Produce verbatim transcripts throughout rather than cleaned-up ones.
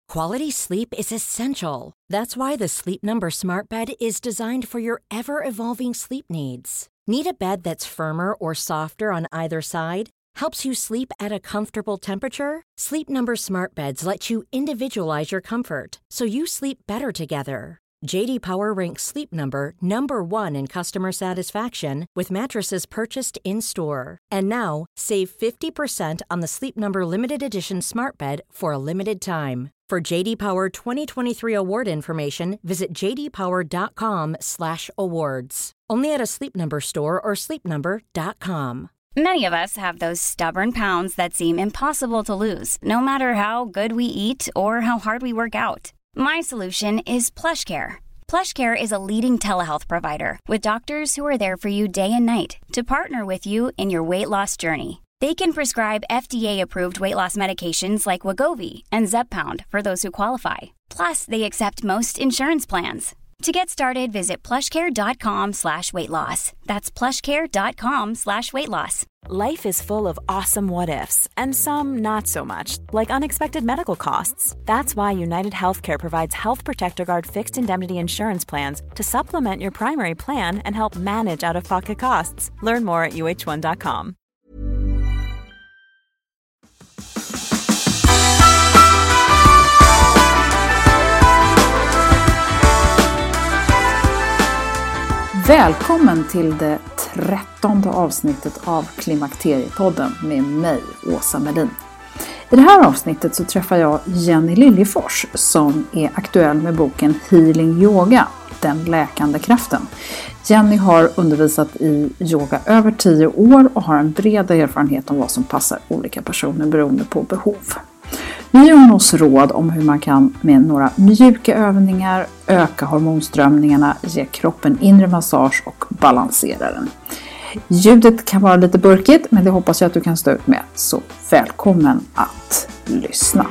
Quality sleep is essential. That's why the Sleep Number Smart Bed is designed for your ever-evolving sleep needs. Need a bed that's firmer or softer on either side? Helps you sleep at a comfortable temperature? Sleep Number Smart Beds let you individualize your comfort, so you sleep better together. J D Power ranks Sleep Number number one in customer satisfaction with mattresses purchased in-store. And now, save fifty percent on the Sleep Number Limited Edition Smart Bed for a limited time. For J D Power twenty twenty-three award information, visit j d power dot com slash awards. Only at a Sleep Number store or sleep number dot com. Many of us have those stubborn pounds that seem impossible to lose, no matter how good we eat or how hard we work out. My solution is PlushCare. PlushCare is a leading telehealth provider with doctors who are there for you day and night to partner with you in your weight loss journey. They can prescribe F D A-approved weight loss medications like Wegovy and Zepbound for those who qualify. Plus, they accept most insurance plans. To get started, visit plushcare.com slash weight loss. That's plushcare.com slash weight loss. Life is full of awesome what-ifs, and some not so much, like unexpected medical costs. That's why United Healthcare provides Health Protector Guard fixed indemnity insurance plans to supplement your primary plan and help manage out-of-pocket costs. Learn more at u h one dot com. Välkommen till det trettonde avsnittet av Klimakteriepodden med mig, Åsa Melin. I det här avsnittet så träffar jag Jenny Liljefors som är aktuell med boken Healing Yoga, den läkande kraften. Jenny har undervisat i yoga över tio år och har en bred erfarenhet om vad som passar olika personer beroende på behov. Nu ger hon oss råd om hur man kan med några mjuka övningar öka hormonströmningarna, ge kroppen inre massage och balansera den. Ljudet kan vara lite burkigt, men det hoppas jag att du kan stå ut med. Så välkommen att lyssna.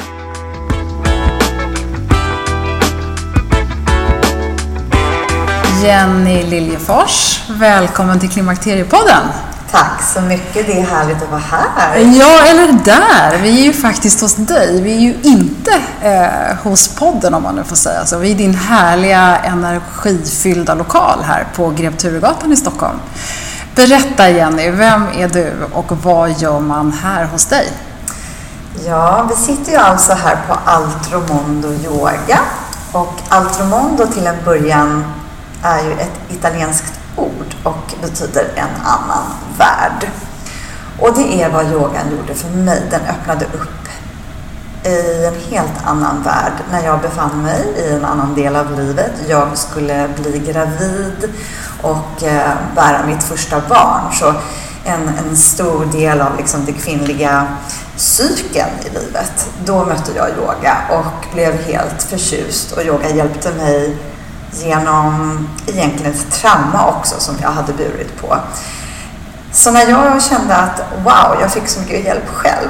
Jenny Liljefors, välkommen till Klimakteriepodden. Tack så mycket, det är härligt att vara här. Ja, eller där. Vi är ju faktiskt hos dig. Vi är ju inte eh, hos podden, om man nu får säga så. Vi är i din härliga, energifyllda lokal här på Grev Turegatan i Stockholm. Berätta Jenny, vem är du och vad gör man här hos dig? Ja, vi sitter ju alltså här på Altromondo Yoga. Och Altromondo till en början är ju ett italienskt ord och betyder en annan värld. Och det är vad yogan gjorde för mig. Den öppnade upp i en helt annan värld när jag befann mig i en annan del av livet. Jag skulle bli gravid och eh, bära mitt första barn. Så en, en stor del av liksom det kvinnliga cykeln i livet. Då mötte jag yoga och blev helt förtjust. Och yoga hjälpte mig genom egentligen ett trauma också som jag hade burit på. Så när jag kände att wow, jag fick så mycket hjälp själv,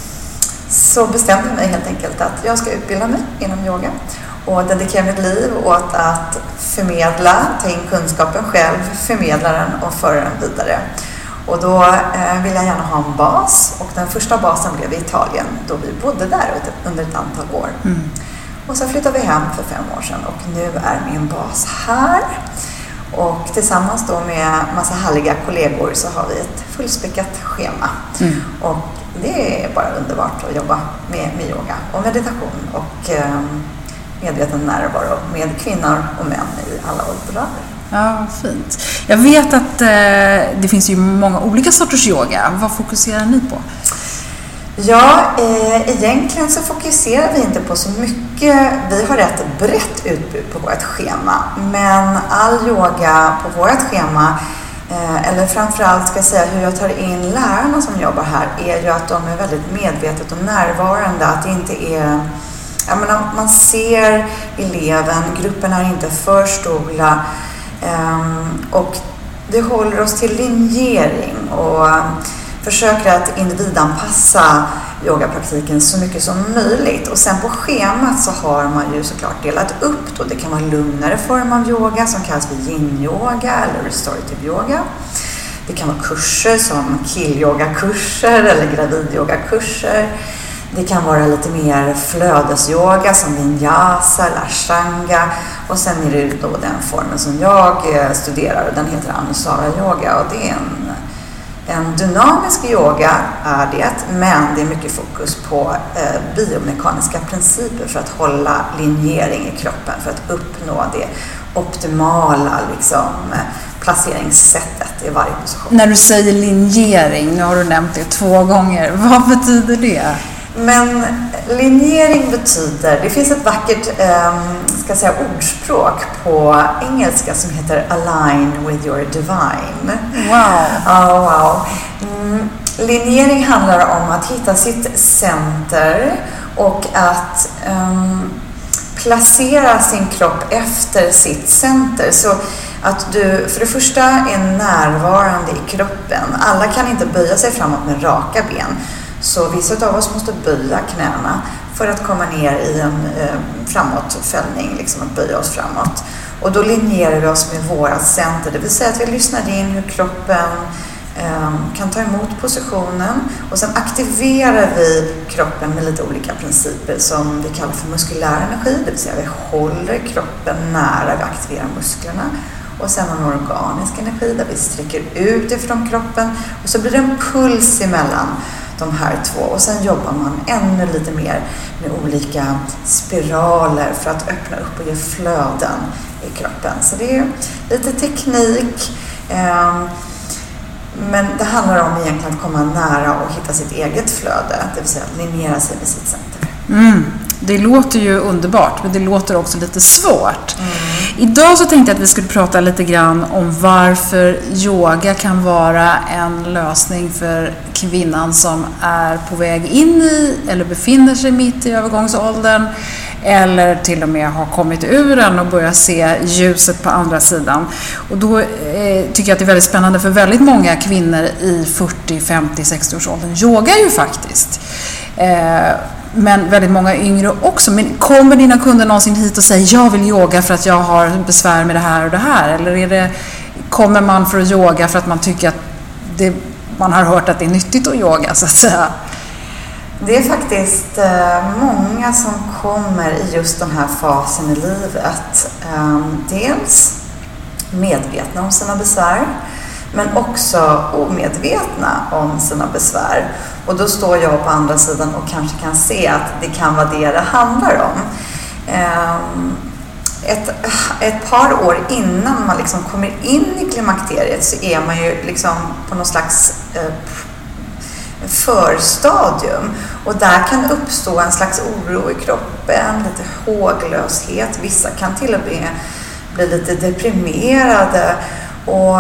så bestämde jag mig helt enkelt att jag ska utbilda mig inom yoga och dedikera mitt liv åt att förmedla, ta in kunskapen själv, förmedla den och föra den vidare. Och då eh, vill jag gärna ha en bas, och den första basen blev i Italien då vi bodde där under ett antal år. Mm. Och så flyttade vi hem för fem år sedan och nu är min bas här. Och tillsammans då med massa härliga kollegor så har vi ett fullspäckat schema. Mm. Och det är bara underbart att jobba med, med yoga och meditation och eh, medveten närvaro med kvinnor och män i alla åldrar. Ja, fint. Jag vet att eh, det finns ju många olika sorters yoga. Vad fokuserar ni på? Ja, eh, egentligen så fokuserar vi inte på så mycket. Vi har ett brett utbud på vårt schema. Men all yoga på vårt schema, eh, eller framförallt ska jag säga hur jag tar in lärarna som jobbar här, är ju att de är väldigt medvetet och närvarande. Att det inte är... Jag menar, man ser eleven, gruppen är inte för stora. Eh, och det håller oss till linjering och försöker att individanpassa yogapraktiken så mycket som möjligt. Och sen på schemat så har man ju såklart delat upp då. Det kan vara lugnare form av yoga som kallas för yin-yoga eller restorative yoga. Det kan vara kurser som kill-yoga-kurser eller gravid-yoga-kurser. Det kan vara lite mer flödesyoga som vinyasa eller ashtanga. Och sen är det då den formen som jag studerar och den heter Anusara yoga. Och det är en, en dynamisk yoga är det, men det är mycket fokus på eh, biomekaniska principer för att hålla linjering i kroppen, för att uppnå det optimala liksom, placeringssättet i varje position. När du säger linjering, nu har du nämnt det två gånger, vad betyder det? Men linjering betyder, det finns ett vackert eh, ska säga, ordspråk på engelska som heter align with your divine. Wow! Oh, wow. Mm, linjering handlar om att hitta sitt center och att um, placera sin kropp efter sitt center. Så att du för det första är närvarande i kroppen. Alla kan inte böja sig framåt med raka ben. Så vissa av oss måste böja knäna för att komma ner i en eh, framåtfällning, liksom att böja oss framåt. Och då linjerar vi oss med våra center, det vill säga att vi lyssnar in hur kroppen eh, kan ta emot positionen. Och sen aktiverar vi kroppen med lite olika principer som vi kallar för muskulär energi, det vill säga vi håller kroppen nära, vi aktiverar musklerna. Och sen en organisk energi där vi sträcker ut ifrån kroppen och så blir det en puls emellan de här två. Och sen jobbar man ännu lite mer med olika spiraler för att öppna upp och ge flöden i kroppen. Så det är lite teknik. Men det handlar om egentligen att komma nära och hitta sitt eget flöde. Det vill säga att linjera sig med sitt center. Mm. Det låter ju underbart, men det låter också lite svårt. Mm. Idag så tänkte jag att vi skulle prata lite grann om varför yoga kan vara en lösning för kvinnan som är på väg in i eller befinner sig mitt i övergångsåldern eller till och med har kommit ur den och börjar se ljuset på andra sidan. Och då eh, tycker jag att det är väldigt spännande för väldigt många kvinnor i fyrtio, femtio, sextio års åldern yogar ju faktiskt. Eh, Men väldigt många yngre också. Men kommer dina kunder någonsin hit och säger jag vill yoga för att jag har besvär med det här och det här? Eller är det, kommer man för att yoga för att man tycker att det, man har hört att det är nyttigt att yoga så att säga? Det är faktiskt eh, många som kommer i just den här fasen i livet. Eh, dels medvetna om sina besvär, men också omedvetna om sina besvär. Och då står jag på andra sidan och kanske kan se att det kan vara det det handlar om. Ett, ett par år innan man liksom kommer in i klimakteriet så är man ju liksom på någon slags förstadium. Och där kan uppstå en slags oro i kroppen, lite håglöshet. Vissa kan till och med bli lite deprimerade och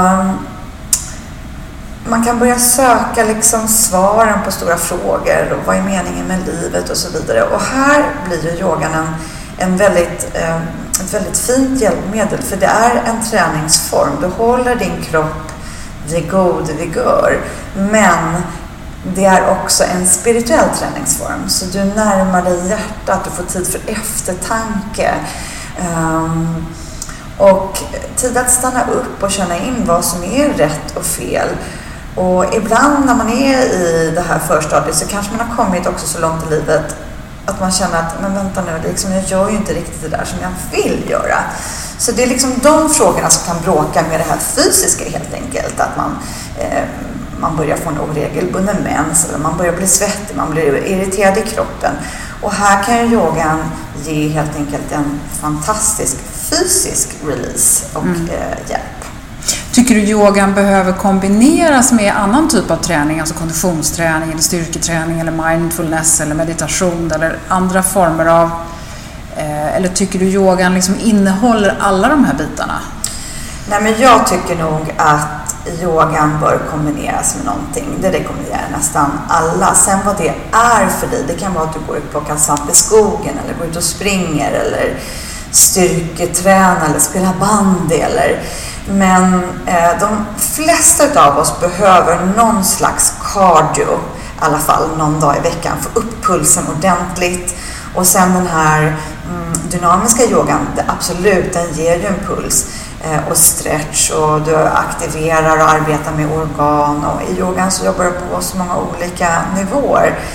man kan börja söka liksom svaren på stora frågor och vad är meningen med livet och så vidare. Och här blir ju yogan en, en väldigt, eh, ett väldigt fint hjälpmedel, för det är en träningsform. Du håller din kropp vid god vigör, men det är också en spirituell träningsform. Så du närmar dig hjärtat, du får tid för eftertanke. Um, och tid att stanna upp och känna in vad som är rätt och fel. Och ibland när man är i det här förstadiet så kanske man har kommit också så långt i livet att man känner att men vänta nu, liksom, jag gör ju inte riktigt det där som jag vill göra. Så det är liksom de frågorna som kan bråka med det här fysiska helt enkelt. Att man, eh, man börjar få en oregelbunden mens eller man börjar bli svettig, man blir irriterad i kroppen. Och här kan ju yogan ge helt enkelt en fantastisk fysisk release och mm. eh, hjälp. Tycker du yogan behöver kombineras med annan typ av träning, alltså konditionsträning eller styrketräning eller mindfulness eller meditation eller andra former av, eh, eller tycker du yogan liksom innehåller alla de här bitarna? Nej, men jag tycker nog att yogan bör kombineras med någonting. Det rekommenderar nästan alla. Sen vad det är för dig, det kan vara att du går ut och plockar svamp i skogen eller går ut och springer eller styrketräna eller spela bandy eller... Men eh, de flesta av oss behöver någon slags cardio, i alla fall någon dag i veckan, få upp pulsen ordentligt. Och sen den här mm, dynamiska yogan, det absolut, den ger ju en puls eh, och stretch och du aktiverar och arbetar med organ. Och i yogan så jobbar du på så många olika nivåer.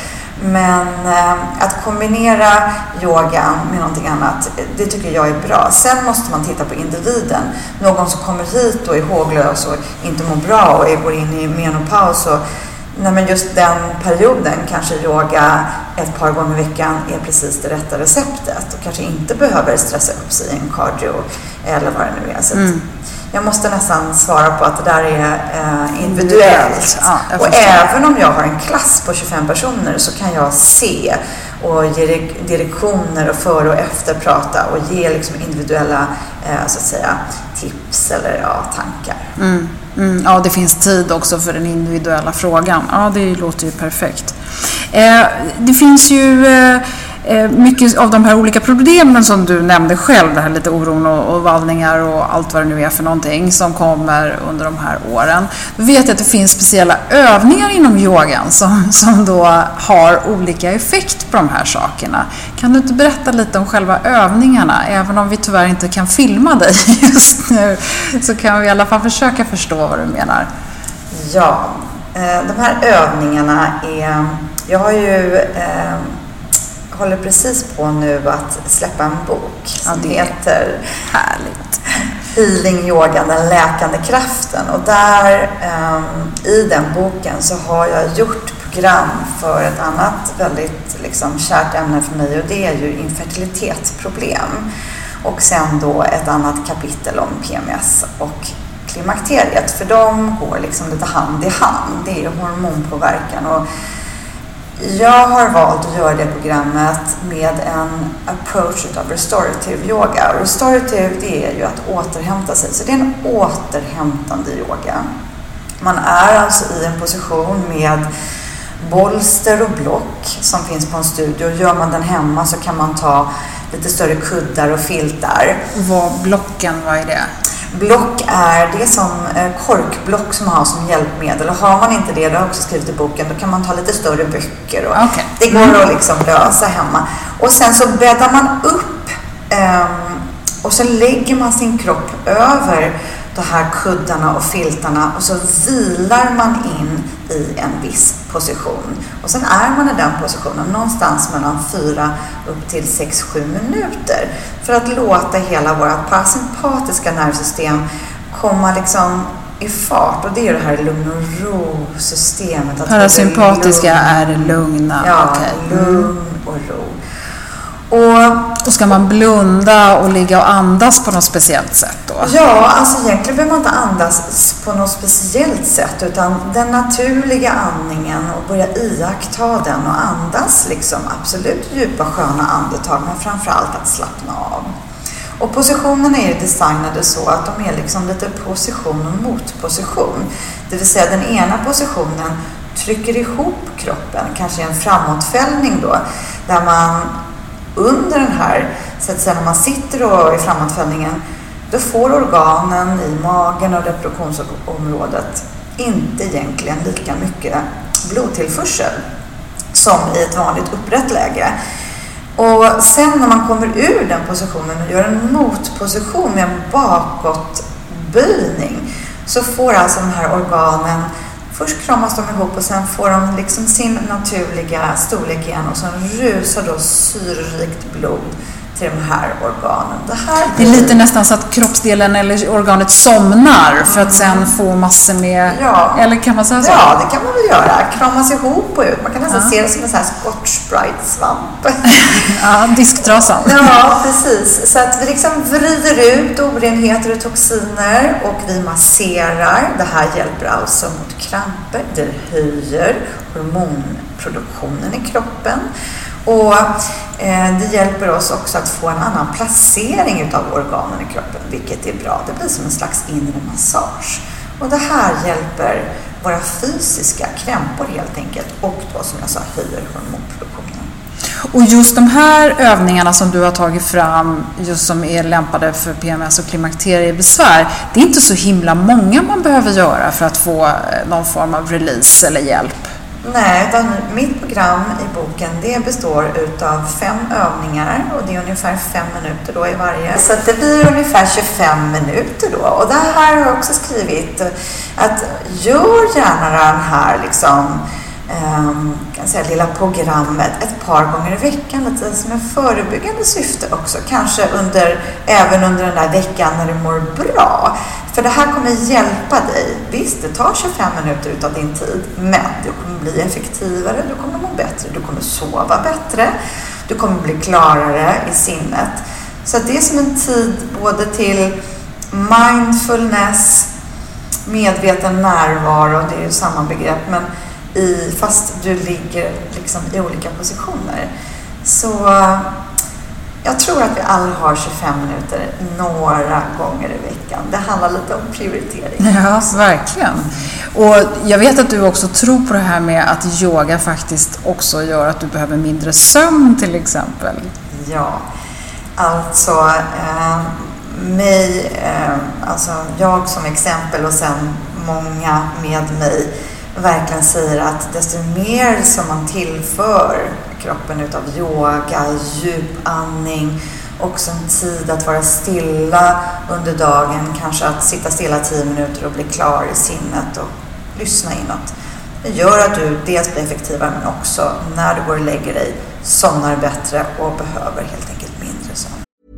Men eh, att kombinera yogan med någonting annat, det tycker jag är bra. Sen måste man titta på individen. Någon som kommer hit och är håglös och inte mår bra och går in i menopaus och nej, men just den perioden kanske yoga ett par gånger i veckan är precis det rätta receptet och kanske inte behöver stressa upp sig i en cardio eller vad det nu är. Så mm. jag måste nästan svara på att det där är eh, individuellt. Ja, och även om jag har en klass på tjugofem personer så kan jag se och ge direktioner och före och efter prata och ge liksom individuella eh, så att säga tips eller ja, tankar. Mm. Mm, ja, det finns tid också för den individuella frågan. Ja, det låter ju perfekt. Eh, det finns ju eh, mycket av de här olika problemen som du nämnde själv, det här lite oron och, och vallningar och allt vad det nu är för någonting som kommer under de här åren. Du vet att det finns speciella övningar inom yogan som, som då har olika effekt på de här sakerna. Kan du inte berätta lite om själva övningarna? Även om vi tyvärr inte kan filma dig just nu så kan vi i alla fall försöka förstå vad du menar. Ja, de här övningarna är... Jag har ju... Eh, håller precis på nu att släppa en bok som ja, heter härligt. Healing Yoga, den läkande kraften. Och där um, i den boken så har jag gjort program för ett annat väldigt liksom, kärt ämne för mig och det är ju infertilitetsproblem. Och sen då ett annat kapitel om P M S och klimakteriet. För de går liksom lite hand i hand. Det är hormonpåverkan och jag har valt att göra det programmet med en approach av restorative yoga. Restorative, det är ju att återhämta sig. Så det är en återhämtande yoga. Man är alltså i en position med bolster och block som finns på en studio. Gör man den hemma så kan man ta lite större kuddar och filtar. Vad blocken, vad är det? Block är det som korkblock som man har som hjälpmedel. Och har man inte det, det har jag också skrivit i boken, då kan man ta lite större böcker. Och okay. Det går att liksom lösa hemma. Och sen så bäddar man upp um, och så lägger man sin kropp över de här kuddarna och filtarna och så vilar man in i en viss position. Och sen är man i den positionen någonstans mellan fyra upp till sex sju minuter för att låta hela vårt parasympatiska nervsystem komma liksom i fart. Och det är det här lugn och ro-systemet. Parasympatiska är det lugna. Ja, okay. lugn och ro. Och, och ska man blunda och ligga och andas på något speciellt sätt då? Ja, alltså egentligen behöver man inte andas på något speciellt sätt utan den naturliga andningen och börja iaktta den och andas liksom absolut djupa sköna andetag men framförallt att slappna av. Och positionerna är ju designade så att de är liksom lite position och motposition. Det vill säga den ena positionen trycker ihop kroppen, kanske en framåtfällning då, där man under den här, så att säga när man sitter och i framåtfällningen, då får organen i magen och reproduktionsområdet inte egentligen lika mycket blodtillförsel som i ett vanligt upprätt läge. Och sen när man kommer ur den positionen och gör en motposition med en bakåtböjning så får alltså de här organen, först kramas de ihop och sen får de liksom sin naturliga storlek igen och sen rusar då syrerikt blod till de här organen. Det, här blir... det är lite nästan så att kroppsdelen eller organet somnar för att sen få massor med... Ja. Eller kan man säga så? Ja, det kan man väl göra. Kramas ihop och ut. Man kan nästan ja. se det som en sån här Scotch Brite-svamp. Ja, disktrasan. Ja, precis. Så att vi liksom vrider ut orenheter och toxiner och vi masserar. Det här hjälper alltså mot kramper. Det höjer hormonproduktionen i kroppen. Och eh, det hjälper oss också att få en annan placering utav organen i kroppen, vilket är bra. Det blir som en slags inre massage. Och det här hjälper våra fysiska krämpor helt enkelt och då som jag sa höjer hormonproduktionen. Och just de här övningarna som du har tagit fram, just som är lämpade för P M S och klimakteriebesvär, det är inte så himla många man behöver göra för att få någon form av release eller hjälp. Nej, utan mitt program i boken det består utav fem övningar och det är ungefär fem minuter då i varje. Så att det blir ungefär tjugofem minuter då. Och det här har jag också skrivit att gör gärna den här liksom kan säga, lilla programmet ett par gånger i veckan, lite som en förebyggande syfte också, kanske under, även under den där veckan när du mår bra. För det här kommer hjälpa dig. Visst, det tar tjugofem minuter utav din tid, men du kommer bli effektivare, du kommer må bättre, du kommer sova bättre, du kommer bli klarare i sinnet. Så det är som en tid både till mindfulness, medveten närvaro, det är ju samma begrepp, men i, fast du ligger liksom i olika positioner. Så jag tror att vi alla har tjugofem minuter några gånger i veckan. Det handlar lite om prioritering. Ja, verkligen. Och jag vet att du också tror på det här med att yoga faktiskt också gör att du behöver mindre sömn till exempel. Ja, alltså eh, mig, eh, alltså jag som exempel och sen många med mig verkligen säger att desto mer som man tillför kroppen utav yoga, djupandning, också en tid att vara stilla under dagen, kanske att sitta stilla tio minuter och bli klar i sinnet och lyssna inåt. Det gör att du dels blir effektivare, men också när du går och lägger dig somnar bättre och behöver helt enkelt mindre sömn.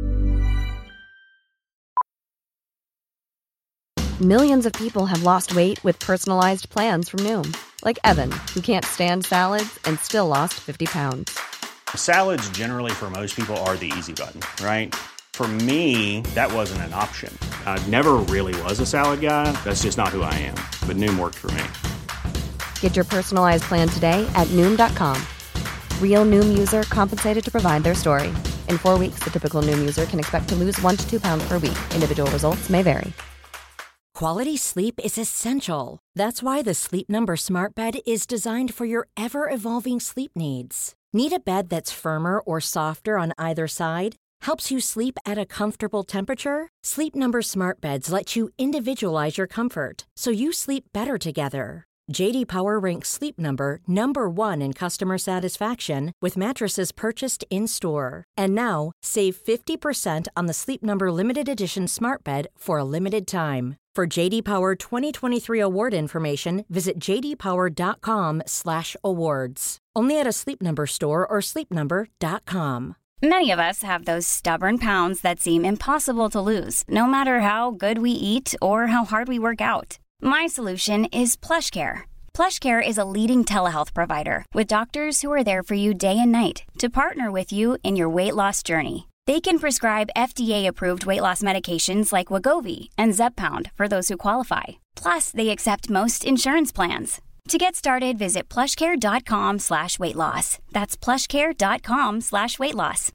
Millions of people have lost weight with personalized plans from Noom. Like Evan, who can't stand salads and still lost fifty pounds. Salads generally for most people are the easy button, right? For me, that wasn't an option. I never really was a salad guy. That's just not who I am. But Noom worked for me. Get your personalized plan today at Noom dot com. Real Noom user compensated to provide their story. In four weeks, the typical Noom user can expect to lose one to two pounds per week. Individual results may vary. Quality sleep is essential. That's why the Sleep Number Smart Bed is designed for your ever-evolving sleep needs. Need a bed that's firmer or softer on either side? Helps you sleep at a comfortable temperature? Sleep Number Smart Beds let you individualize your comfort, so you sleep better together. J D Power ranks Sleep Number number one in customer satisfaction with mattresses purchased in-store. And now, save fifty percent on the Sleep Number Limited Edition Smart Bed for a limited time. For J D Power twenty twenty-three award information, visit j d power dot com slash awards. Only at a Sleep Number store or sleep number dot com. Many of us have those stubborn pounds that seem impossible to lose, no matter how good we eat or how hard we work out. My solution is PlushCare. PlushCare is a leading telehealth provider with doctors who are there for you day and night to partner with you in your weight loss journey. They can prescribe F D A-approved weight loss medications like Wegovy and Zepbound for those who qualify. Plus, they accept most insurance plans. To get started, visit plushcare.com slash weight loss. That's plushcare.com slash weight loss.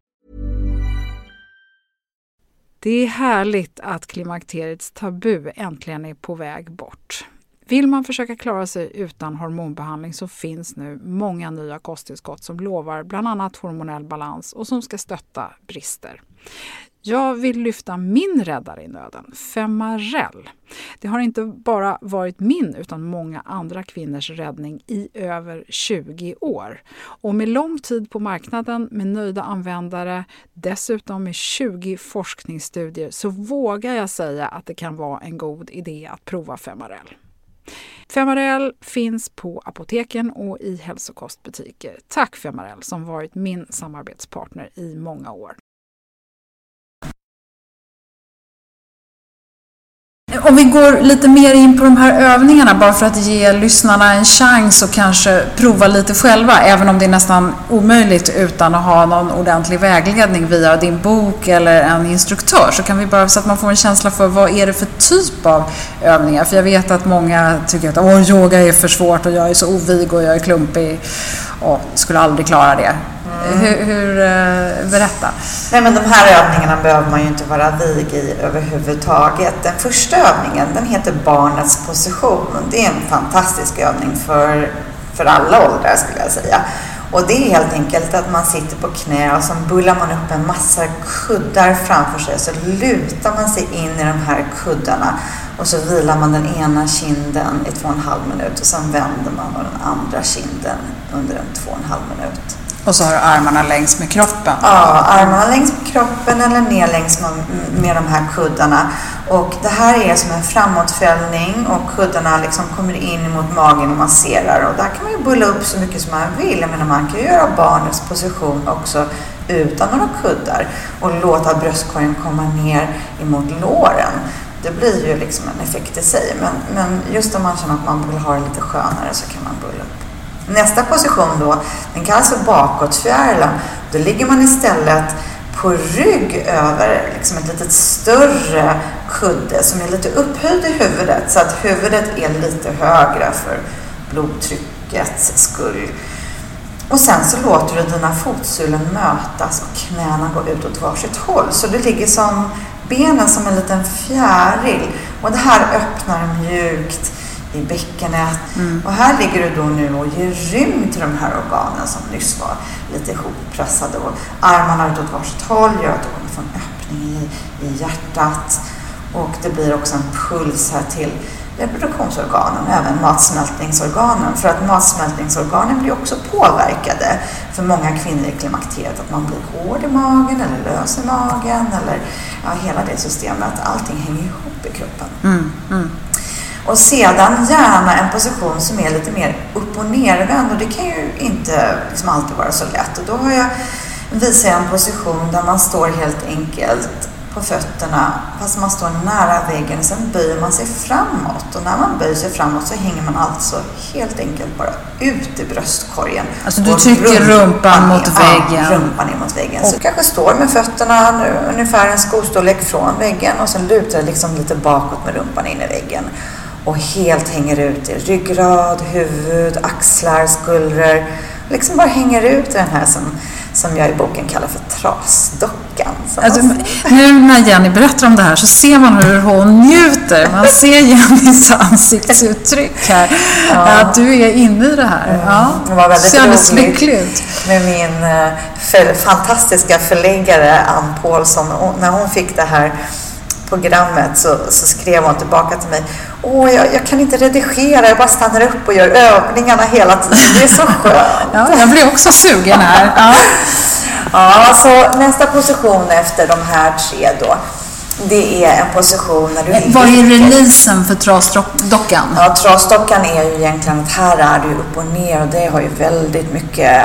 Det är härligt att klimakteriets tabu äntligen är på väg bort. Vill man försöka klara sig utan hormonbehandling så finns nu många nya kosttillskott som lovar bland annat hormonell balans och som ska stötta brister. Jag vill lyfta min räddare i nöden, Femarel. Det har inte bara varit min utan många andra kvinnors räddning i över tjugo år. Och med lång tid på marknaden, med nöjda användare, dessutom med tjugo forskningsstudier, så vågar jag säga att det kan vara en god idé att prova Femarel. Femarel finns på apoteken och i hälsokostbutiker. Tack Femarel som varit min samarbetspartner i många år. Om vi går lite mer in på de här övningarna bara för att ge lyssnarna en chans och kanske prova lite själva, även om det är nästan omöjligt utan att ha någon ordentlig vägledning via din bok eller en instruktör, så kan vi bara, så att man får en känsla för vad är det för typ av övningar. För jag vet att många tycker att åh, yoga är för svårt och jag är så ovig och jag är klumpig och skulle aldrig klara det. Mm. Hur, hur berätta? Nej, men de här övningarna behöver man ju inte vara vig i överhuvudtaget. Den första övningen, den heter barnets position. Det är en fantastisk övning för, för alla åldrar skulle jag säga. Och det är helt enkelt att man sitter på knä och så bullar man upp en massa kuddar framför sig. Så lutar man sig in i de här kuddarna och så vilar man den ena kinden i två och en halv minut och sen vänder man och den andra kinden under en två och en halv minut. Och så har du armarna längs med kroppen. Ja, armarna längs med kroppen eller ner längs med, med de här kuddarna. Och det här är som en framåtfällning och kuddarna liksom kommer in mot magen och masserar. Och där kan man ju bulla upp så mycket som man vill. Jag menar, man kan ju göra barnets position också utan några kuddar. Och låta bröstkorgen komma ner emot låren. Det blir ju liksom en effekt i sig. Men, men just om man känner att man vill ha det lite skönare så kan man bulla upp. Nästa position då, den kallas för bakåtfjärilen. Då ligger man istället på rygg över liksom ett lite större kudde som är lite upphöjd i huvudet. Så att huvudet är lite högre för blodtryckets skull. Och sen så låter du dina fotsulor mötas och knäna gå ut åt varsitt håll. Så du ligger som benen som en liten fjäril. Och det här öppnar mjukt i bäckenet. Mm. Och här ligger du då nu och ger rymd till de här organen som nyss var lite ihoppressade. Och armarna ut åt varsitt håll gör att du kommer få en öppning i, i hjärtat. Och det blir också en puls här till reproduktionsorganen och även matsmältningsorganen. För att matsmältningsorganen blir också påverkade för många kvinnor i klimakteriet. Att man blir hård i magen eller lös i magen. Eller ja, hela det systemet. Allting hänger ihop i kroppen. Mm, mm. Och sedan gärna en position som är lite mer upp- och nervänd. Och det kan ju inte liksom alltid vara så lätt. Och då har jag visat en position där man står helt enkelt på fötterna. Fast man står nära väggen. Och sen böjer man sig framåt. Och när man böjer sig framåt så hänger man alltså helt enkelt bara ut i bröstkorgen. Alltså du trycker rumpan, rumpan mot in, väggen. Ja, rumpan in mot väggen. Och så du kanske står med fötterna nu, ungefär en skostorlek från väggen. Och sen lutar liksom lite bakåt med rumpan in i väggen. Och helt hänger ut i ryggrad, huvud, axlar, skuldror. Liksom bara hänger ut i den här som, som jag i boken kallar för trasdockan. Alltså, nu när Jenny berättar om det här så ser man hur hon njuter. Man ser Jennys ansiktsuttryck här. Ja. Att du är inne i det här. Ja. Det var väldigt kändes roligt lyckligt. Med min för, fantastiska förläggare Ann Paulsson. När hon fick det här programmet så, så skrev hon tillbaka till mig: Åh, jag, jag kan inte redigera, jag bara stannar upp och gör övningarna hela tiden. Det är så skönt. Ja, jag blir också sugen här. Ja. Ja, så nästa position efter de här tre då, det är en position när du är... Vad är releasen för trasdockan? Ja, trasdockan är ju egentligen att här är du upp och ner och det har ju väldigt mycket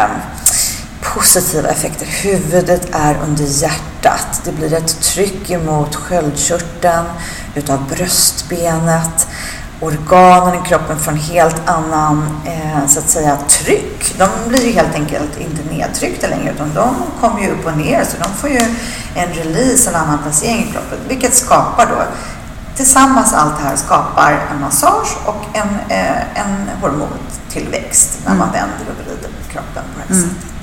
positiva effekter. Huvudet är under hjärtat. Det blir ett tryck emot sköldkörteln utav bröstbenet. Organen i kroppen får en helt annan eh, så att säga tryck. De blir ju helt enkelt inte nedtryckta längre utan de kommer ju upp och ner så de får ju en release, en annan placering i kroppen. Vilket skapar då, tillsammans allt det här skapar en massage och en, eh, en hormontillväxt när man vänder och vrider på kroppen på det här mm. sättet.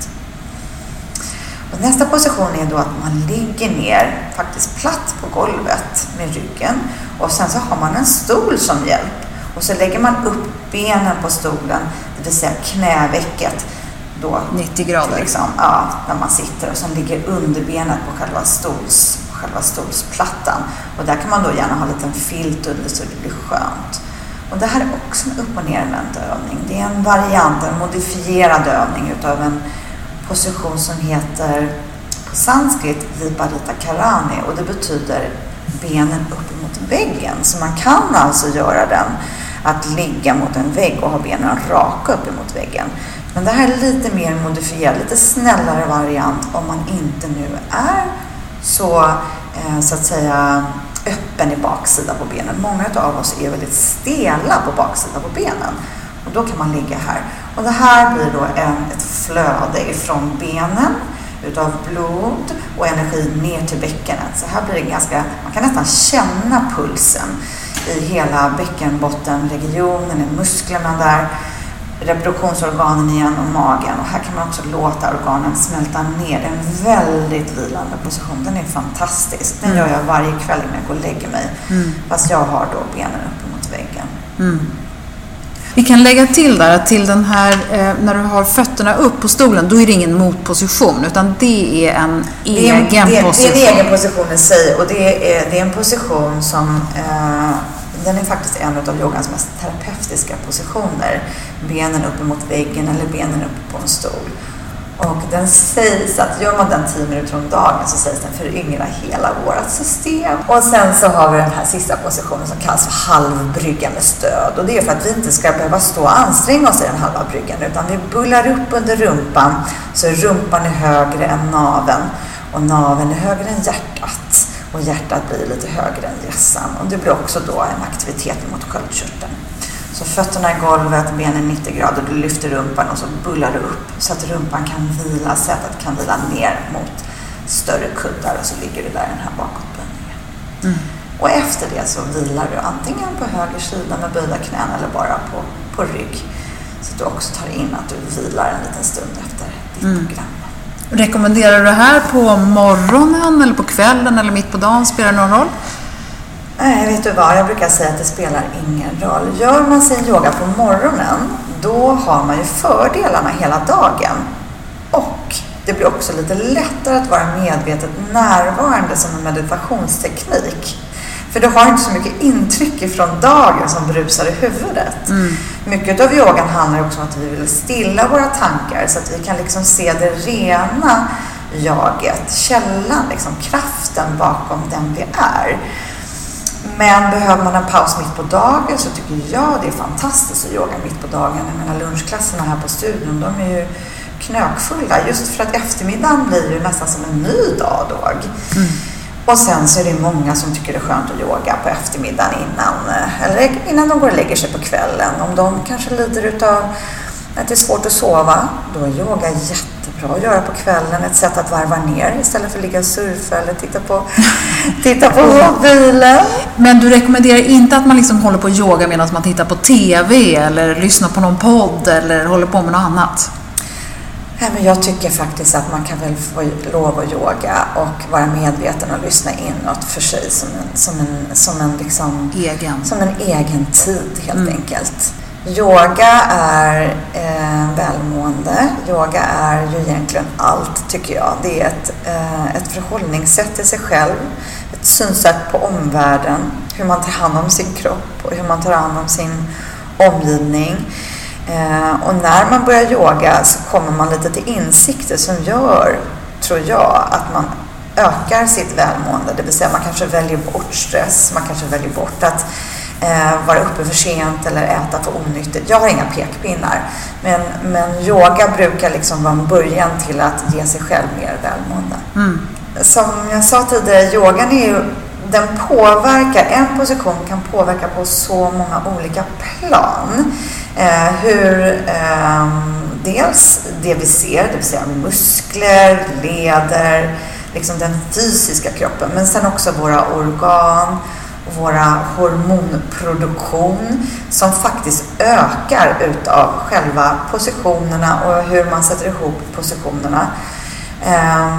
Och nästa position är då att man ligger ner faktiskt platt på golvet med ryggen och sen så har man en stol som hjälp och så lägger man upp benen på stolen, det vill säga knävecket då nittio grader liksom, ja, när man sitter och sen ligger underbenet på själva, stols, själva stolsplattan och där kan man då gärna ha en liten filt under så det blir skönt. Och det här är också en upp- och nervänd övning. Det är en variant, en modifierad övning utav en position som heter på sanskrit Viparita Karani och det betyder benen upp mot väggen. Så man kan alltså göra den att ligga mot en vägg och ha benen raka upp mot väggen. Men det här är lite mer modifierad, lite snällare variant om man inte nu är så, eh, så att säga öppen i baksidan på benen. Många av oss är väldigt stela på baksidan på benen. Och då kan man ligga här. Och det här blir då en, ett flöde ifrån benen utav blod och energi ner till bäckenet. Så här blir det ganska, man kan nästan känna pulsen i hela bäckenbottenregionen, i musklerna där, reproduktionsorganen igen och magen. Och här kan man också låta organen smälta ner. Det är en väldigt vilande position. Den är fantastisk. Den gör jag varje kväll när jag går och lägger mig. Mm. Fast jag har då benen upp mot väggen. Mm. Vi kan lägga till där att till den här, eh, när du har fötterna upp på stolen, då är det ingen motposition utan det är en det är, egen det, position. Det är en egen position i sig och det är, det är en position som, eh, den är faktiskt en av yogans mest terapeutiska positioner. Benen upp mot väggen eller benen upp på en stol. Och den sägs att gör man den tio minuter om dagen så sägs den föryngra hela vårt system. Och sen så har vi den här sista positionen som kallas för halvbryggande stöd. Och det är för att vi inte ska behöva stå och anstränga oss i den halva bryggan, utan vi bullar upp under rumpan så rumpan är högre än naveln. Och naveln är högre än hjärtat. Och hjärtat blir lite högre än hjässan. Och det blir också då en aktivitet mot sköldkörteln. Så fötterna i golvet, benen nittio grader, du lyfter rumpan och så bullar du upp så att rumpan kan vila, sätet kan vila ner mot större kuddar och så ligger du där i den här bakåtböjningen. Mm. Och efter det så vilar du antingen på höger sida med böjda knän eller bara på, på rygg. Så att du också tar in att du vilar en liten stund efter ditt mm. program. Rekommenderar du det här på morgonen eller på kvällen eller mitt på dagen? Spelar det någon roll? Nej, vet du vad? Jag brukar säga att det spelar ingen roll. Gör man sin yoga på morgonen, då har man ju fördelarna hela dagen. Och det blir också lite lättare att vara medvetet närvarande som en meditationsteknik. För du har inte så mycket intryck ifrån dagen som brusar i huvudet. Mm. Mycket av yogan handlar också om att vi vill stilla våra tankar så att vi kan liksom se det rena jaget, källan, liksom kraften bakom den vi är. Men behöver man en paus mitt på dagen så tycker jag det är fantastiskt att yoga mitt på dagen. Jag menar lunchklasserna här på studion, de är ju knökfulla. Just för att eftermiddagen blir ju nästan som en ny dag då. Mm. Och sen så är det många som tycker det är skönt att yoga på eftermiddagen innan, eller innan de går och lägger sig på kvällen. Om de kanske lider utav att det är svårt att sova, då är yoga jättebra att göra på kvällen. Ett sätt att varva ner istället för att ligga och surfa eller titta på, titta på mobilen. Men du rekommenderar inte att man liksom håller på yoga medan man tittar på tv eller lyssnar på någon podd eller håller på med något annat? Nej, men jag tycker faktiskt att man kan väl få lov att yoga och vara medveten och lyssna inåt för sig som en, som en, som en, liksom, egen. Som en egen tid helt mm. enkelt. Yoga är eh, välmående. Yoga är ju egentligen allt tycker jag. Det är ett, eh, ett förhållningssätt till sig själv, ett synsätt på omvärlden, hur man tar hand om sin kropp och hur man tar hand om sin omgivning. Eh, och när man börjar yoga så kommer man lite till insikter som gör, tror jag, att man ökar sitt välmående. Det vill säga man kanske väljer bort stress, man kanske väljer bort att eh, vara uppe för sent eller äta för onyttigt. Jag har inga pekpinnar, men, men yoga brukar liksom vara en början till att ge sig själv mer välmående. Mm. Som jag sa tidigare, yogan är ju, den påverkar, en position kan påverka på så många olika plan. Eh, hur eh, dels det vi ser, det vill säga muskler, leder, liksom den fysiska kroppen, men sen också våra organ och våra hormonproduktion som faktiskt ökar utav själva positionerna och hur man sätter ihop positionerna. Eh,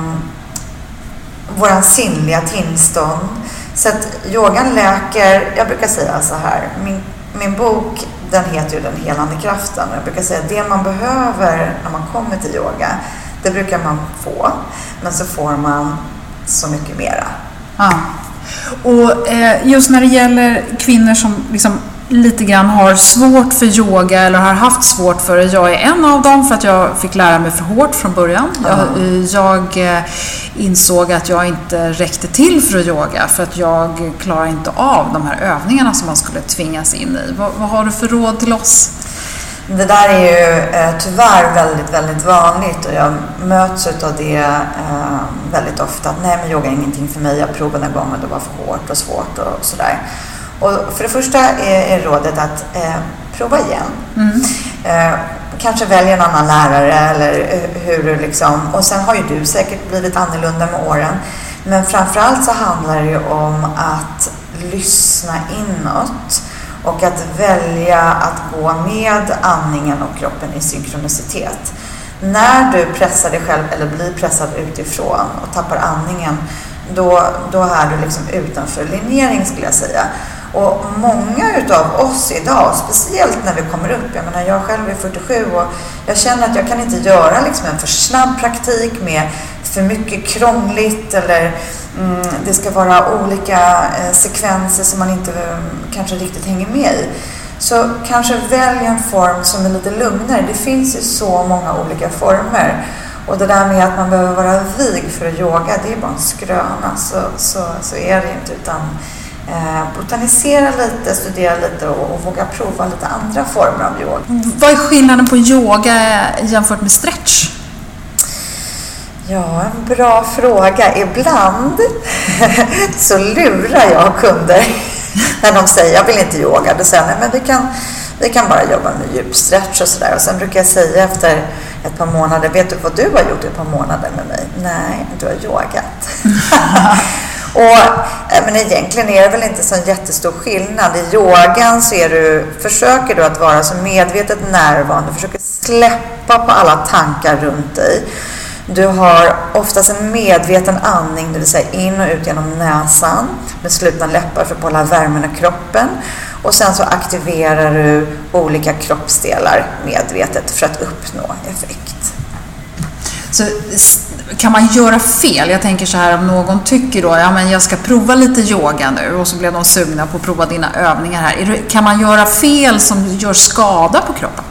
våran sinnliga tillstånd. Så att yogan läker, jag brukar säga så här, min, min bok den heter ju Den helande kraften. Jag brukar säga att det man behöver när man kommer till yoga, det brukar man få, men så får man så mycket mera. Ja. Och eh, just när det gäller kvinnor som liksom lite grann har svårt för yoga eller har haft svårt för det. Jag är en av dem för att jag fick lära mig för hårt från början. Mm. Jag, jag insåg att jag inte räckte till för att yoga för att jag klarar inte av de här övningarna som man skulle tvingas in i. Vad, vad har du för råd till oss? Det där är ju eh, tyvärr väldigt, väldigt vanligt och jag möts av det eh, väldigt ofta. Att nej, men yoga är ingenting för mig. Jag provade en gång och det var för hårt och svårt och sådär. Och för det första är, är rådet att eh, prova igen. Mm. Eh, kanske välja en annan lärare eller eh, hur du liksom... Och sen har ju du säkert blivit annorlunda med åren. Men framförallt så handlar det ju om att lyssna inåt. Och att välja att gå med andningen och kroppen i synkronicitet. När du pressar dig själv eller blir pressad utifrån och tappar andningen, då, då är du liksom utanför linjering skulle jag säga. Och många utav oss idag, speciellt när vi kommer upp, jag menar jag själv är fyrtiosju och jag känner att jag kan inte göra liksom en för snabb praktik med för mycket krångligt eller mm, det ska vara olika eh, sekvenser som man inte eh, kanske riktigt hänger med i. Så kanske välj en form som är lite lugnare. Det finns ju så många olika former. Och det där med att man behöver vara vig för att yoga, det är bara en skröna. Så, så, så är det inte, utan eh, botanisera lite, studera lite och, och våga prova lite andra former av yoga. Vad är skillnaden på yoga jämfört med stretch? Ja, en bra fråga. Ibland så lurar jag kunder när de säger jag vill inte yoga. Då säger jag, nej, men vi kan, vi kan bara jobba med djupstretch och sådär. Och sen brukar jag säga efter ett par månader, vet du vad du har gjort ett par månader med mig? Nej, du har yogat. Och men egentligen är det väl inte så en jättestor skillnad. I yogan så är du, försöker du att vara så medvetet närvarande. Du försöker släppa på alla tankar runt dig. Du har oftast en medveten andning, det vill säga in och ut genom näsan med slutna läppar för att hålla värmen i kroppen. Och sen så aktiverar du olika kroppsdelar medvetet för att uppnå effekt. Så kan man göra fel? Jag tänker så här, om någon tycker då, ja men jag ska prova lite yoga nu, och så blir de sugna på att prova dina övningar här. Kan man göra fel som gör skada på kroppen?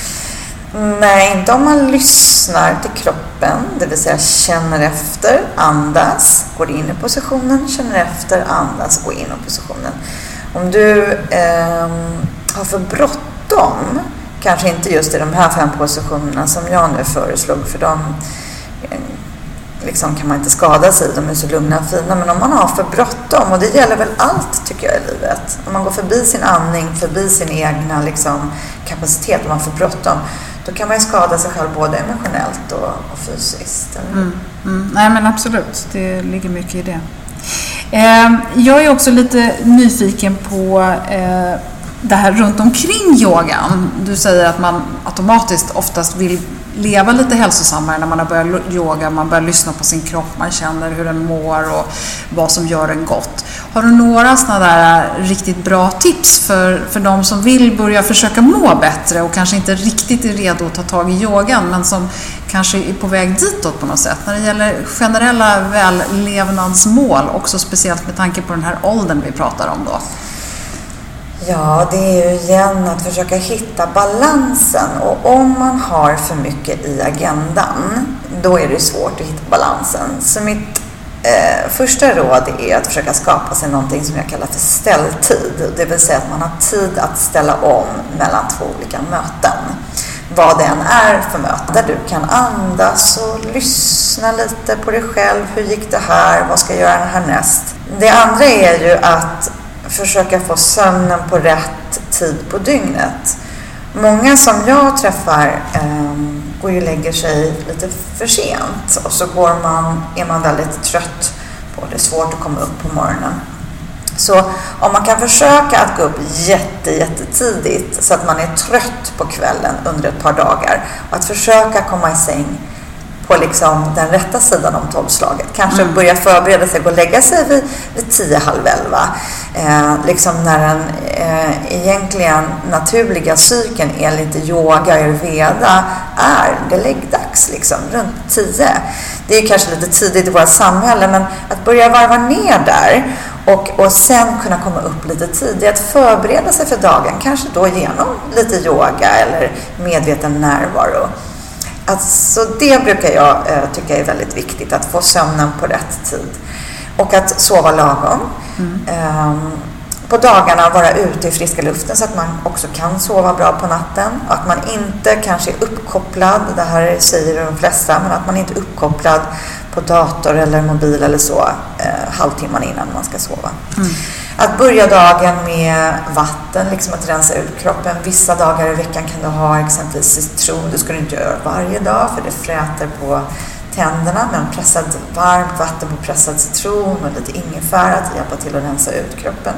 Nej, inte om man lyssnar till kroppen, det vill säga känner efter, andas, går in i positionen, känner efter, andas, går in i positionen. Om du eh, har för bråttom, kanske inte just i de här fem positionerna som jag nu föreslog, för de eh, liksom kan man inte skada sig, de är så lugna och fina, men om man har för bråttom, och det gäller väl allt tycker jag i livet, om man går förbi sin andning, förbi sin egna liksom, kapacitet, om man har för bråttom, då kan man ju skada sig själv både emotionellt och, och fysiskt. Mm, mm. Nej men absolut, det ligger mycket i det. Eh, jag är också lite nyfiken på eh, det här runt omkring yogan. Du säger att man automatiskt oftast vill leva lite hälsosammare när man har börjat yoga. Man börjar lyssna på sin kropp, man känner hur den mår och vad som gör den gott. Har du några sådana där riktigt bra tips för, för de som vill börja försöka må bättre och kanske inte riktigt är redo att ta tag i yogan, men som kanske är på väg ditåt på något sätt? När det gäller generella vällevnadsmål, också speciellt med tanke på den här åldern vi pratar om då. Ja, det är ju igen att försöka hitta balansen, och om man har för mycket i agendan, då är det svårt att hitta balansen. Så mitt eh, första råd är att försöka skapa sig någonting som jag kallar för ställtid. Det vill säga att man har tid att ställa om mellan två olika möten. Vad det än är för möte, där du kan andas och lyssna lite på dig själv. Hur gick det här? Vad ska jag göra härnäst? Det andra är ju att försöka få sömnen på rätt tid på dygnet. Många som jag träffar eh, går ju och lägger sig lite för sent, och så går man, är man väldigt trött på det. Det är svårt att komma upp på morgonen. Så om man kan försöka att gå upp jätte, jättetidigt så att man är trött på kvällen under ett par dagar, och att försöka komma i säng på liksom den rätta sidan om tolvslaget. Kanske mm. börja förbereda sig och lägga sig vid, vid tio, halv elva. Eh, liksom när den eh, egentligen naturliga cykeln enligt yoga, ayurveda är det läggdags liksom runt tio. Det är kanske lite tidigt i vårt samhälle, men att börja varva ner där och, och sen kunna komma upp lite tidigt, att förbereda sig för dagen, kanske då genom lite yoga eller medveten närvaro. Alltså det brukar jag eh, tycka är väldigt viktigt, att få sömnen på rätt tid och att sova lagom. Mm. Um, på dagarna vara ute i friska luften så att man också kan sova bra på natten, och att man inte kanske är uppkopplad, det här säger de flesta, men att man inte är uppkopplad på dator eller mobil eller så eh, halvtimman innan man ska sova. Mm. Att börja dagen med vatten, liksom att rensa ut kroppen. Vissa dagar i veckan kan du ha exempelvis citron. Det ska du inte göra varje dag, för det fräter på tänderna. Men pressad varmt vatten på pressad citron och lite ingefära att hjälpa till att rensa ut kroppen.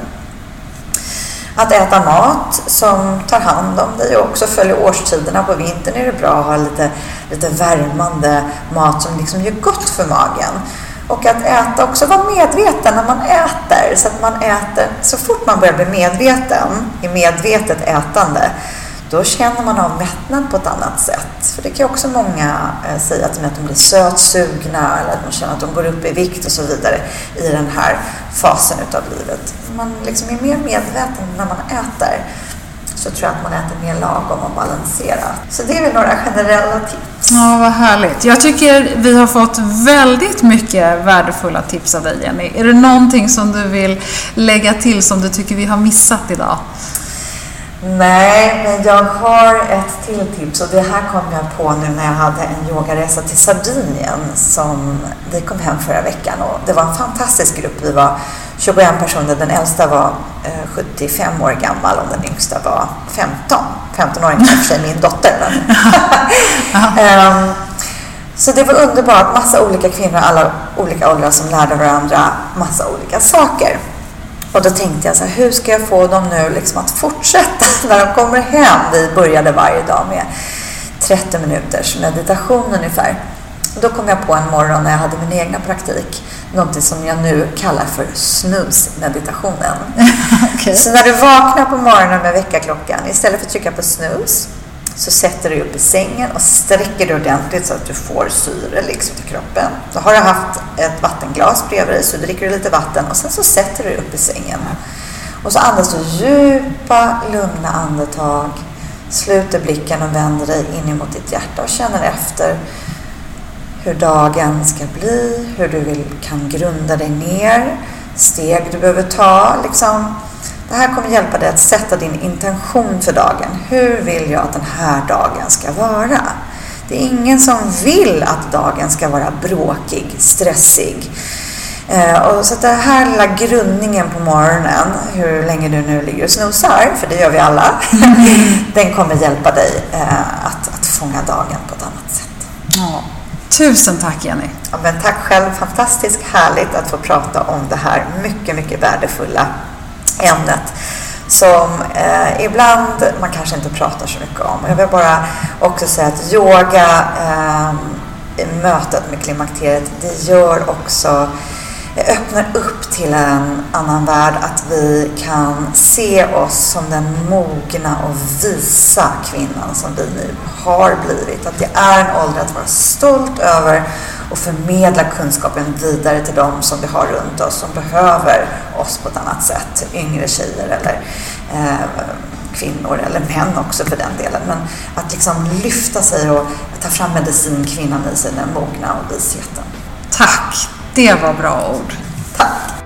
Att äta mat som tar hand om dig och också följer årstiderna. På vintern är det bra att ha lite, lite värmande mat som liksom gör gott för magen. Och att äta också, vara medveten när man äter, så att man äter, så fort man börjar bli medveten i medvetet ätande, då känner man av mättnad på ett annat sätt. För det kan också många eh, säga till mig, att de blir sötsugna eller att de känner att de går upp i vikt och så vidare i den här fasen utav livet. Man liksom är mer medveten när man äter. så tror jag att man äter mer lagom och balanserat. Så det är väl några generella tips. Ja, vad härligt. Jag tycker vi har fått väldigt mycket värdefulla tips av dig, Jenny. Är det någonting som du vill lägga till som du tycker vi har missat idag? Nej, men jag har ett till tips och det här kom jag på nu när jag hade en yogaresa till Sardinien som vi kom hem förra veckan, och det var en fantastisk grupp. Vi var tjugoen personer, den äldsta var eh, sjuttiofem år gammal och den yngsta var femton. femton-åringen är för sig min dotter. um, så det var underbart, massa olika kvinnor, alla olika åldrar som lärde varandra massa olika saker. Och då tänkte jag så här, hur ska jag få dem nu liksom att fortsätta när de kommer hem? Vi började varje dag med trettio minuters meditation ungefär. Och då kom jag på en morgon när jag hade min egna praktik, någonting som jag nu kallar för snooze-meditationen. Okay. Så när du vaknar på morgonen med väckarklockan, istället för att trycka på snooze, så sätter du upp i sängen och sträcker dig ordentligt så att du får syre liksom till kroppen. Då har du haft ett vattenglas bredvid dig, så dricker du lite vatten och sen så sätter du upp i sängen. Och så andas du djupa, lugna andetag. Sluter blicken och vänder dig in emot ditt hjärta och känner efter hur dagen ska bli, hur du vill, kan grunda dig ner, steg du behöver ta liksom. Det här kommer hjälpa dig att sätta din intention för dagen. Hur vill jag att den här dagen ska vara? Det är ingen som vill att dagen ska vara bråkig, stressig. Eh, och så att den här lilla grundningen på morgonen, hur länge du nu ligger och snosar, för det gör vi alla, den kommer hjälpa dig eh, att, att fånga dagen på ett annat sätt. Ja. Tusen tack, Jenny. Ja, men tack själv. Fantastiskt härligt att få prata om det här mycket, mycket värdefulla ämnet som eh, ibland man kanske inte pratar så mycket om. Jag vill bara också säga att yoga, eh, mötet med klimakteriet, det gör också, öppnar upp till en annan värld, att vi kan se oss som den mogna och visa kvinnan som vi nu har blivit. Att det är en ålder att vara stolt över och förmedla kunskapen vidare till dem som vi har runt oss, som behöver oss på ett annat sätt. Yngre tjejer eller eh, kvinnor eller män också för den delen. Men att liksom lyfta sig och ta fram medicinkvinnan i sig, den mogna och visheten. Tack! Det var bra ord. Tack.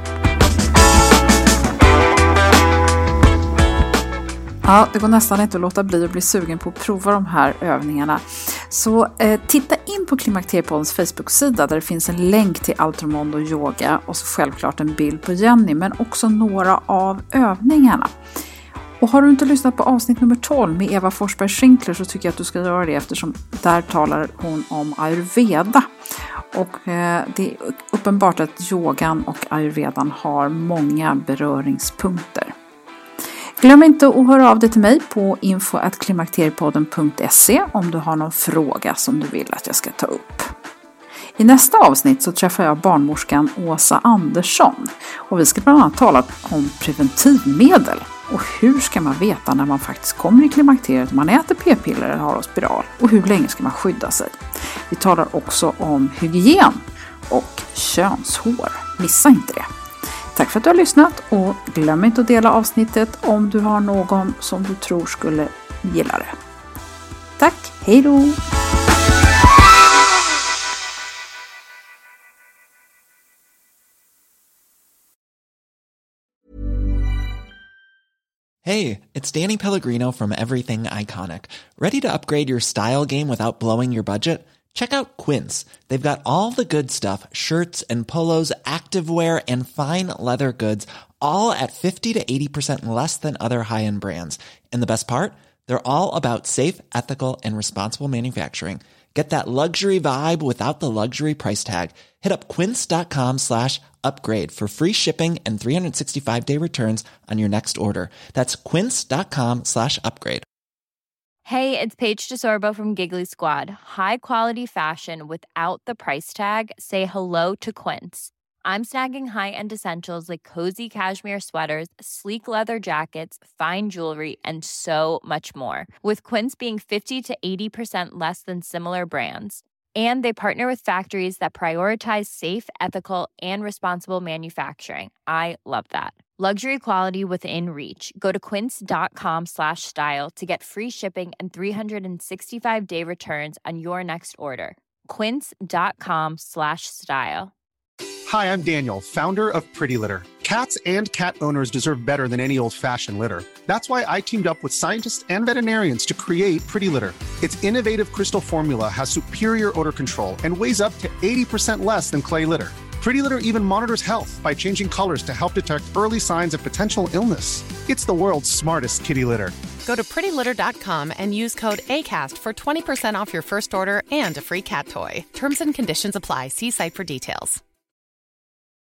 Ja, det går nästan inte att låta bli att bli sugen på att prova de här övningarna. Så eh, titta in på Klimakteriepoddens Facebook-sida där det finns en länk till Altromondo yoga och så självklart en bild på Jenny, men också några av övningarna. Och har du inte lyssnat på avsnitt nummer tolv med Eva Forsberg-Schinkler så tycker jag att du ska göra det, eftersom där talar hon om ayurveda. Och eh, det är uppenbart att yogan och ayurvedan har många beröringspunkter. Glöm inte att höra av dig till mig på info at klimakteriepodden punkt se om du har någon fråga som du vill att jag ska ta upp. I nästa avsnitt så träffar jag barnmorskan Åsa Andersson och vi ska bland annat tala om preventivmedel. Och hur ska man veta när man faktiskt kommer i klimakteriet, om man äter p-piller eller har spiral, och hur länge ska man skydda sig. Vi talar också om hygien och könshår. Missa inte det. Tack för att du har lyssnat och glöm inte att dela avsnittet om du har någon som du tror skulle gilla det. Tack, hej då! Hey, it's Danny Pellegrino from Everything Iconic. Ready to upgrade your style game without blowing your budget? Check out Quince. They've got all the good stuff, shirts and polos, activewear and fine leather goods, all at fifty to eighty percent less than other high-end brands. And the best part? They're all about safe, ethical and responsible manufacturing. Get that luxury vibe without the luxury price tag. Hit up quince.com slash upgrade for free shipping and three sixty-five day returns on your next order. That's quince.com slash upgrade. Hey, it's Paige DeSorbo from Giggly Squad. High quality fashion without the price tag. Say hello to Quince. I'm snagging high-end essentials like cozy cashmere sweaters, sleek leather jackets, fine jewelry, and so much more. With Quince being fifty to eighty percent less than similar brands. And they partner with factories that prioritize safe, ethical, and responsible manufacturing. I love that. Luxury quality within reach. Go to quince.com slash style to get free shipping and three sixty-five day returns on your next order. Quince.com slash style. Hi, I'm Daniel, founder of Pretty Litter. Cats and cat owners deserve better than any old-fashioned litter. That's why I teamed up with scientists and veterinarians to create Pretty Litter. Its innovative crystal formula has superior odor control and weighs up to eighty percent less than clay litter. Pretty Litter even monitors health by changing colors to help detect early signs of potential illness. It's the world's smartest kitty litter. Go to pretty litter dot com and use code ACAST for twenty percent off your first order and a free cat toy. Terms and conditions apply. See site for details.